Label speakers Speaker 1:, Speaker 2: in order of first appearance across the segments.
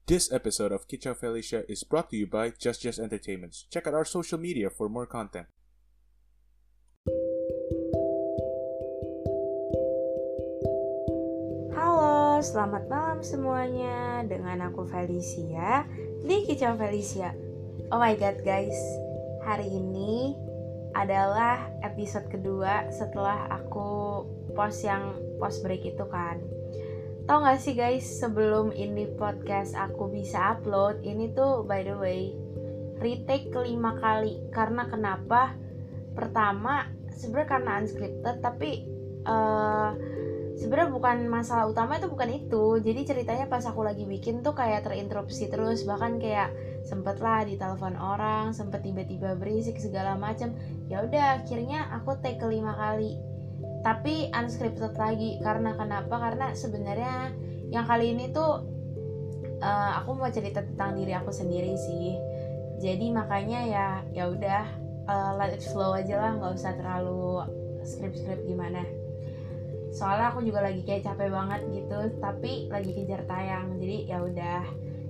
Speaker 1: This episode of Kitchen Felicia is brought to you by Just Entertainment. Check out our social media for more content.
Speaker 2: Halo, selamat malam semuanya. Dengan aku Felicia di Kitchen Felicia. Oh my god guys, hari ini adalah episode kedua setelah aku post break itu kan. Tau gak sih guys, sebelum ini podcast aku bisa upload, ini tuh by the way retake 5 kali. Karena kenapa? Pertama, sebenarnya karena unscripted, tapi sebenarnya bukan masalah utama, itu bukan itu. Jadi ceritanya pas aku lagi bikin tuh kayak terinterupsi terus, bahkan kayak sempet lah ditelepon orang, sempet tiba-tiba berisik segala macam. Ya udah, akhirnya aku take ke 5 kali. Tapi unscripted lagi. Karena kenapa? Karena sebenarnya yang kali ini tuh aku mau cerita tentang diri aku sendiri sih. Jadi makanya ya udah, let it flow aja lah, nggak usah terlalu skrip gimana. Soalnya aku juga lagi kayak capek banget gitu, tapi lagi kejar tayang. Jadi ya udah.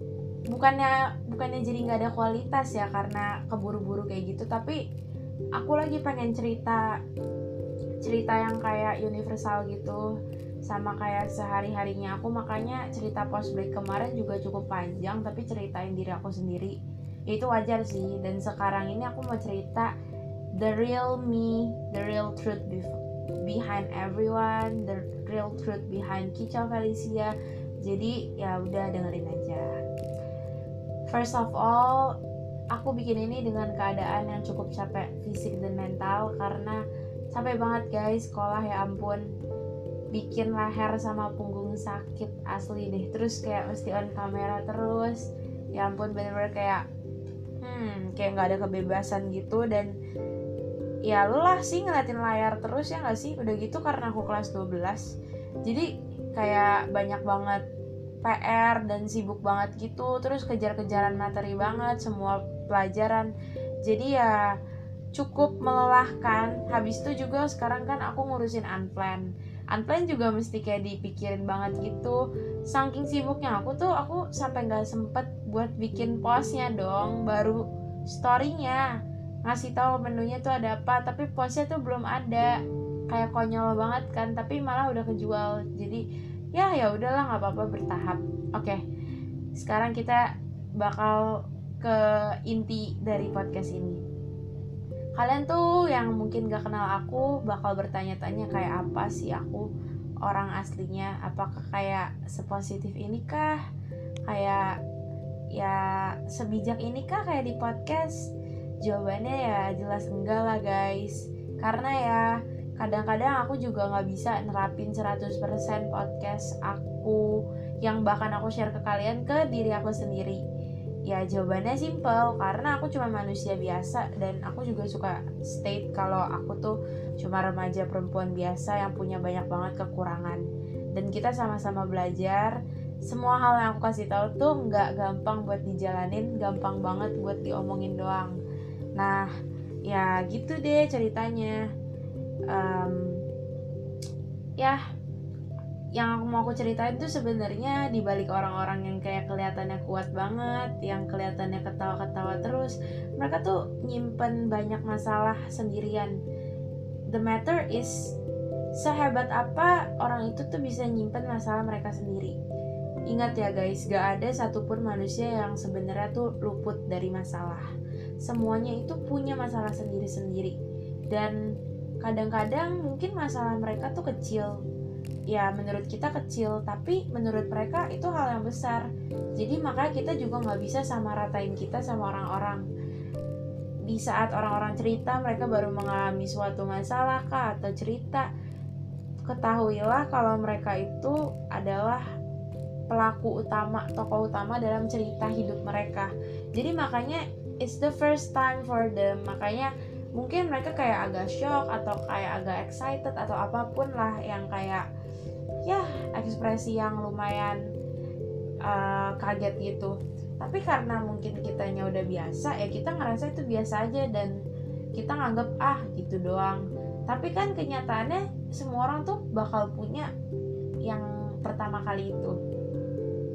Speaker 2: Bukannya jadi nggak ada kualitas ya karena keburu-buru kayak gitu, tapi aku lagi pengen cerita yang kayak universal gitu, sama kayak sehari-harinya aku. Makanya cerita post break kemarin juga cukup panjang, tapi ceritain diri aku sendiri itu wajar sih. Dan sekarang ini aku mau cerita the real me, the real truth behind everyone, the real truth behind Kitchen Felicia. Jadi ya udah, dengerin aja. First of all, aku bikin ini dengan keadaan yang cukup capek fisik dan mental, karena capek banget guys, sekolah ya ampun. Bikin leher sama punggung sakit asli deh. Terus kayak mesti on kamera terus. Ya ampun, bener-bener kayak gak ada kebebasan gitu. Dan ya lelah sih ngeliatin layar terus, ya gak sih? Udah gitu karena aku kelas 12, jadi kayak banyak banget PR dan sibuk banget gitu. Terus kejar-kejaran materi banget, semua pelajaran. Jadi ya cukup melelahkan. Habis itu juga sekarang kan aku ngurusin unplan juga mesti kayak dipikirin banget gitu. Saking sibuknya aku sampai gak sempet buat bikin postnya dong. Baru storynya ngasih tahu menunya tuh ada apa, tapi postnya tuh belum ada. Kayak konyol banget kan, tapi malah udah kejual. Jadi ya udahlah, nggak apa-apa, bertahap. Oke, sekarang kita bakal ke inti dari podcast ini. Kalian tuh yang mungkin gak kenal aku bakal bertanya-tanya kayak apa sih aku orang aslinya. Apakah kayak sepositif inikah, kayak ya sebijak inikah kayak di podcast? Jawabannya ya jelas enggak lah guys. Karena ya kadang-kadang aku juga gak bisa nerapin 100% podcast aku yang bahkan aku share ke kalian ke diri aku sendiri. Ya jawabannya simple, karena aku cuma manusia biasa. Dan aku juga suka state kalau aku tuh cuma remaja perempuan biasa yang punya banyak banget kekurangan. Dan kita sama-sama belajar. Semua hal yang aku kasih tahu tuh gak gampang buat dijalanin, gampang banget buat diomongin doang. Nah ya gitu deh ceritanya. Yang mau aku ceritain tuh sebenarnya dibalik orang-orang yang kayak kelihatannya kuat banget, yang kelihatannya ketawa-ketawa terus, mereka tuh nyimpen banyak masalah sendirian. The matter is, sehebat apa orang itu tuh bisa nyimpen masalah mereka sendiri. Ingat ya guys, gak ada satupun manusia yang sebenarnya tuh luput dari masalah. Semuanya itu punya masalah sendiri-sendiri. Dan kadang-kadang mungkin masalah mereka tuh kecil. Ya menurut kita kecil, tapi menurut mereka itu hal yang besar. Jadi makanya kita juga gak bisa sama ratain kita sama orang-orang. Di saat orang-orang cerita mereka baru mengalami suatu masalah kah atau cerita, ketahuilah kalau mereka itu adalah pelaku utama, tokoh utama dalam cerita hidup mereka. Jadi makanya it's the first time for them. Makanya mungkin mereka kayak agak shock atau kayak agak excited atau apapun lah, yang kayak ya ekspresi yang lumayan kaget gitu. Tapi karena mungkin kitanya udah biasa, ya kita ngerasa itu biasa aja dan kita nganggep gitu doang. Tapi kan kenyataannya semua orang tuh bakal punya yang pertama kali itu.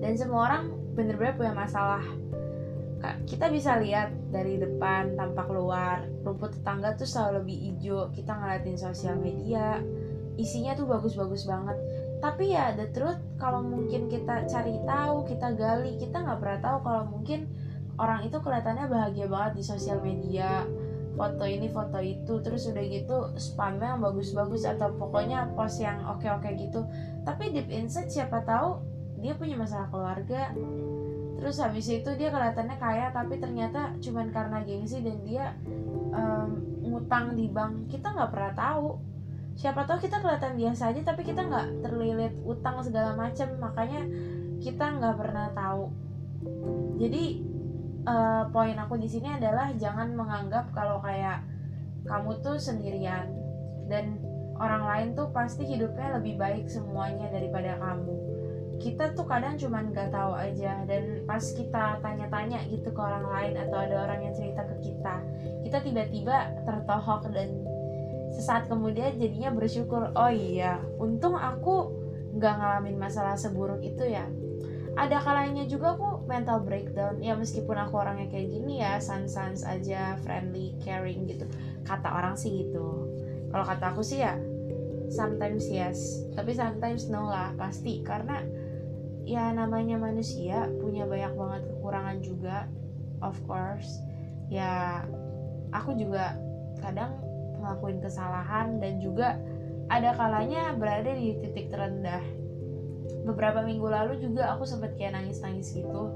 Speaker 2: dan semua orang bener-bener punya masalah. Kita bisa lihat dari depan tampak luar, rumput tetangga tuh selalu lebih hijau. Kita ngeliatin sosial media, isinya tuh bagus-bagus banget. Tapi ya the truth, kalau mungkin kita cari tahu, kita gali, kita nggak pernah tahu kalau mungkin orang itu kelihatannya bahagia banget di sosial media, foto ini foto itu, terus udah gitu spamnya yang bagus-bagus atau pokoknya post yang oke-oke gitu. Tapi deep inside siapa tahu dia punya masalah keluarga. Terus habis itu dia kelihatannya kaya tapi ternyata cuman karena gengsi dan dia ngutang di bank. Kita nggak pernah tahu. Siapa tahu kita kelihatan biasa aja tapi kita nggak terlilit utang segala macam. Makanya kita nggak pernah tahu. Jadi poin aku di sini adalah jangan menganggap kalau kayak kamu tuh sendirian dan orang lain tuh pasti hidupnya lebih baik semuanya daripada kamu. Kita tuh kadang cuman gak tahu aja, dan pas kita tanya-tanya gitu ke orang lain atau ada orang yang cerita ke kita tiba-tiba tertohok dan sesaat kemudian jadinya bersyukur, oh iya untung aku gak ngalamin masalah seburuk itu ya. Ada kalanya juga aku mental breakdown, ya meskipun aku orangnya kayak gini ya, sans aja, friendly, caring gitu, kata orang sih gitu. Kalau kata aku sih ya sometimes yes, tapi sometimes no lah, pasti. Karena ya namanya manusia punya banyak banget kekurangan juga, of course. Ya aku juga kadang ngelakuin kesalahan dan juga ada kalanya berada di titik terendah. Beberapa minggu lalu juga aku sempat kayak nangis-nangis gitu.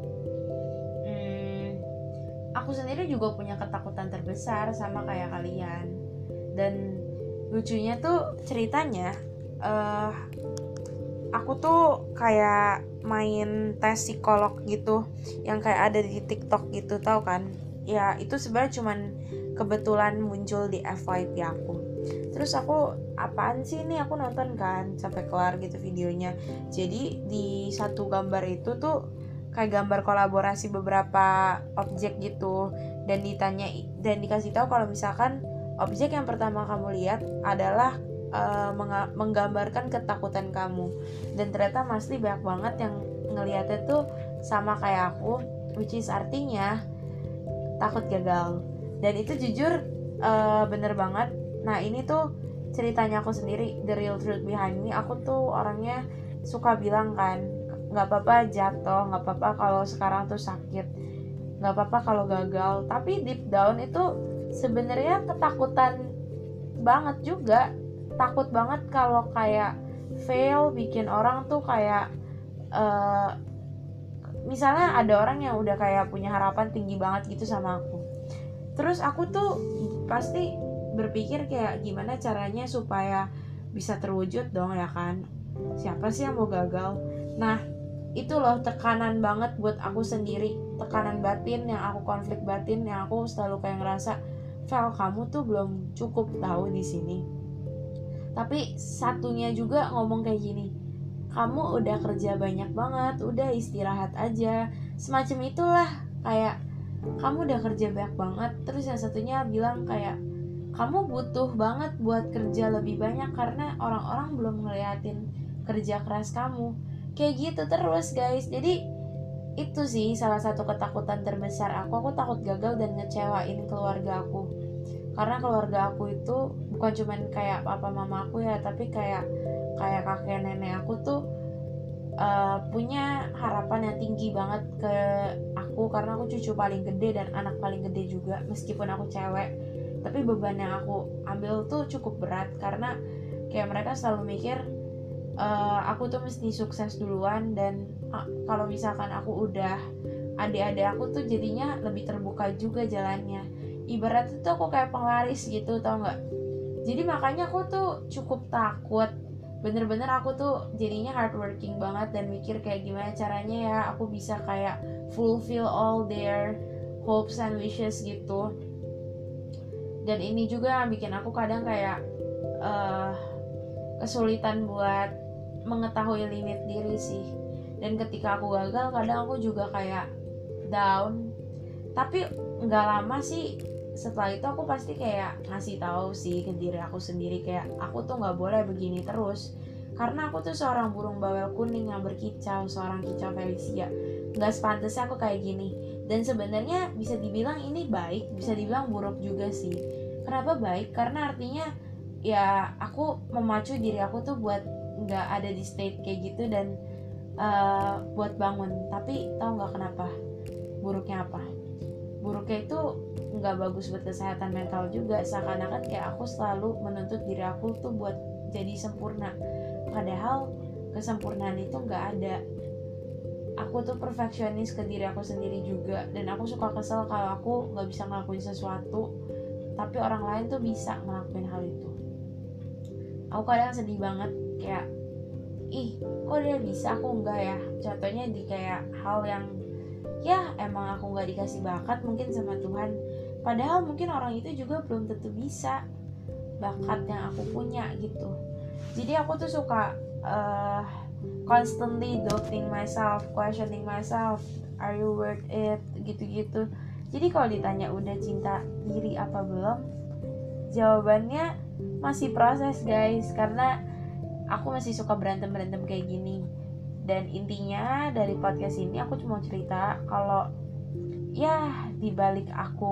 Speaker 2: Aku sendiri juga punya ketakutan terbesar sama kayak kalian. Dan lucunya tuh ceritanya aku tuh kayak main tes psikolog gitu yang kayak ada di TikTok gitu, tahu kan? Ya itu sebenarnya cuman kebetulan muncul di FYP aku. Terus aku apaan sih ini, aku nonton kan sampai kelar gitu videonya. Jadi di satu gambar itu tuh kayak gambar kolaborasi beberapa objek gitu, dan ditanya dan dikasih tahu kalau misalkan objek yang pertama kamu lihat adalah menggambarkan ketakutan kamu. Dan ternyata Masli banyak banget yang ngeliatnya tuh sama kayak aku, which is artinya takut gagal. Dan itu jujur bener banget. Nah ini tuh ceritanya aku sendiri, the real truth behind me. Aku tuh orangnya suka bilang kan, gak apa-apa jatuh, gak apa-apa kalau sekarang tuh sakit, gak apa-apa kalau gagal. Tapi deep down itu sebenarnya ketakutan banget juga. Takut banget kalau kayak fail, bikin orang tuh kayak misalnya ada orang yang udah kayak punya harapan tinggi banget gitu sama aku. Terus aku tuh pasti berpikir kayak gimana caranya supaya bisa terwujud dong ya kan. Siapa sih yang mau gagal? Nah itu loh tekanan banget buat aku sendiri, tekanan batin yang aku konflik batin yang aku selalu kayak ngerasa, Vel kamu tuh belum cukup tahu di sini. Tapi satunya juga ngomong kayak gini, kamu udah kerja banyak banget, udah istirahat aja, semacam itulah, kayak kamu udah kerja banyak banget. Terus yang satunya bilang kayak kamu butuh banget buat kerja lebih banyak karena orang-orang belum ngeliatin kerja keras kamu. Kayak gitu terus guys. Jadi itu sih salah satu ketakutan terbesar aku takut gagal dan ngecewain keluarga aku. Karena keluarga aku itu bukan cuman kayak papa mama aku ya, tapi kayak kakek nenek aku tuh punya harapan yang tinggi banget ke aku, karena aku cucu paling gede dan anak paling gede juga meskipun aku cewek. Tapi beban yang aku ambil tuh cukup berat karena kayak mereka selalu mikir aku tuh mesti sukses duluan, dan kalau misalkan aku udah, adik-adik aku tuh jadinya lebih terbuka juga jalannya. Ibaratnya tuh aku kayak penglaris gitu, tau gak? Jadi makanya aku tuh cukup takut. Bener-bener aku tuh jadinya hardworking banget dan mikir kayak gimana caranya ya aku bisa kayak fulfill all their hopes and wishes gitu. Dan ini juga yang bikin aku kadang kayak kesulitan buat mengetahui limit diri sih. Dan ketika aku gagal kadang aku juga kayak down. Tapi gak lama sih setelah itu aku pasti kayak ngasih tahu sih ke diri aku sendiri kayak aku tuh nggak boleh begini terus. Karena aku tuh seorang burung bawel kuning yang berkicau, seorang kicau Felicia. Gak sepantasnya aku kayak gini. Dan sebenarnya bisa dibilang ini baik, bisa dibilang buruk juga sih. Kenapa baik? Karena artinya ya aku memacu diri aku tuh buat gak ada di state kayak gitu dan buat bangun. Tapi tahu gak kenapa? Buruknya apa? Buruknya itu nggak bagus buat kesehatan mental juga. Seakan-akan kayak aku selalu menuntut diri aku tuh buat jadi sempurna, padahal kesempurnaan itu nggak ada. Aku tuh perfeksionis ke diri aku sendiri juga, dan aku suka kesel kalau aku nggak bisa ngelakuin sesuatu tapi orang lain tuh bisa ngelakuin hal itu. Aku kadang sedih banget, kayak ih kok dia bisa aku enggak ya. Contohnya di kayak hal yang ya emang aku gak dikasih bakat mungkin sama Tuhan, padahal mungkin orang itu juga belum tentu bisa bakat yang aku punya gitu. Jadi aku tuh suka constantly doubting myself, questioning myself, are you worth it, gitu-gitu. Jadi kalau ditanya udah cinta diri apa belum, jawabannya masih proses guys, karena aku masih suka berantem kayak gini. Dan intinya dari podcast ini aku cuma cerita kalau ya dibalik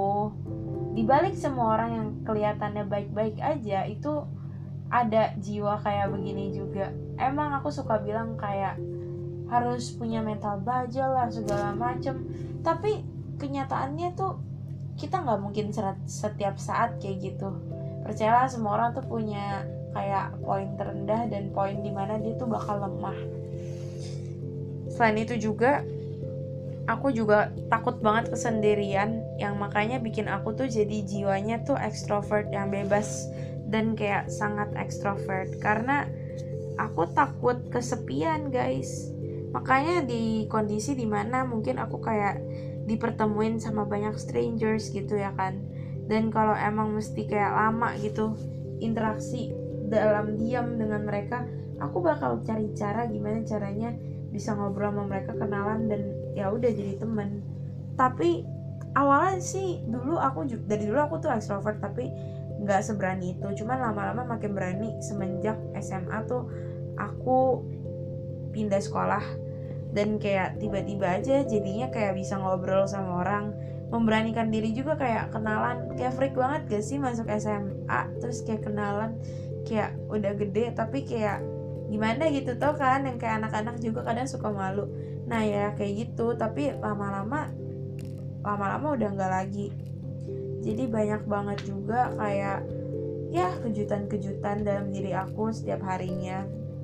Speaker 2: semua orang yang kelihatannya baik-baik aja itu ada jiwa kayak begini juga. Emang aku suka bilang kayak harus punya mental baja lah segala macem, tapi kenyataannya tuh kita nggak mungkin setiap saat kayak gitu. Percayalah, semua orang tuh punya kayak poin terendah dan poin dimana dia tuh bakal lemah. Selain itu juga aku juga takut banget kesendirian, yang makanya bikin aku tuh jadi jiwanya tuh ekstrovert yang bebas dan kayak sangat ekstrovert, karena aku takut kesepian guys. Makanya di kondisi dimana mungkin aku kayak dipertemuin sama banyak strangers gitu ya kan, dan kalau emang mesti kayak lama gitu interaksi dalam diam dengan mereka, aku bakal cari cara gimana caranya bisa ngobrol sama mereka, kenalan, dan ya udah jadi temen. Tapi awalnya sih dari dulu aku tuh ekstrovert tapi nggak seberani itu. Cuman lama-lama makin berani semenjak SMA tuh aku pindah sekolah, dan kayak tiba-tiba aja jadinya kayak bisa ngobrol sama orang, memberanikan diri juga kayak kenalan. Kayak freak banget gak sih masuk SMA terus kayak kenalan, kayak udah gede tapi kayak gimana gitu tau kan, yang kayak anak-anak juga kadang suka malu. Nah ya kayak gitu, tapi lama-lama udah nggak lagi. Jadi banyak banget juga kayak ya kejutan-kejutan dalam diri aku setiap harinya.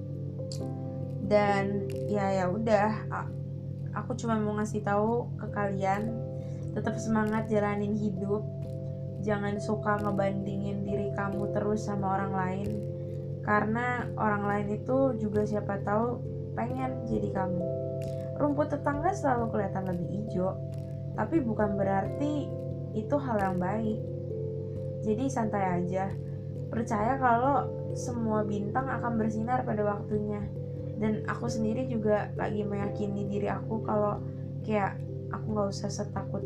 Speaker 2: Dan ya udah, aku cuma mau ngasih tahu ke kalian, tetap semangat jalanin hidup. Jangan suka ngebandingin diri kamu terus sama orang lain, karena orang lain itu juga siapa tahu pengen jadi kamu. Rumput tetangga selalu kelihatan lebih hijau, tapi bukan berarti itu hal yang baik. Jadi santai aja, percaya kalau semua bintang akan bersinar pada waktunya. Dan aku sendiri juga lagi meyakini diri aku kalau kayak aku gak usah setakut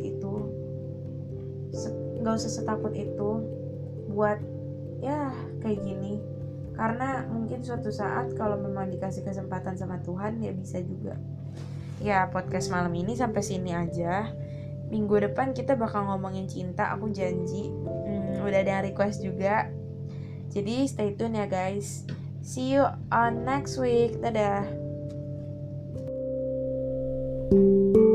Speaker 2: itu buat ya kayak gini. Karena mungkin suatu saat kalau memang dikasih kesempatan sama Tuhan ya bisa juga. Ya podcast malam ini sampai sini aja. Minggu depan kita bakal ngomongin cinta, aku janji. Udah ada yang request juga. Jadi stay tune ya guys. See you on next week. Dadah.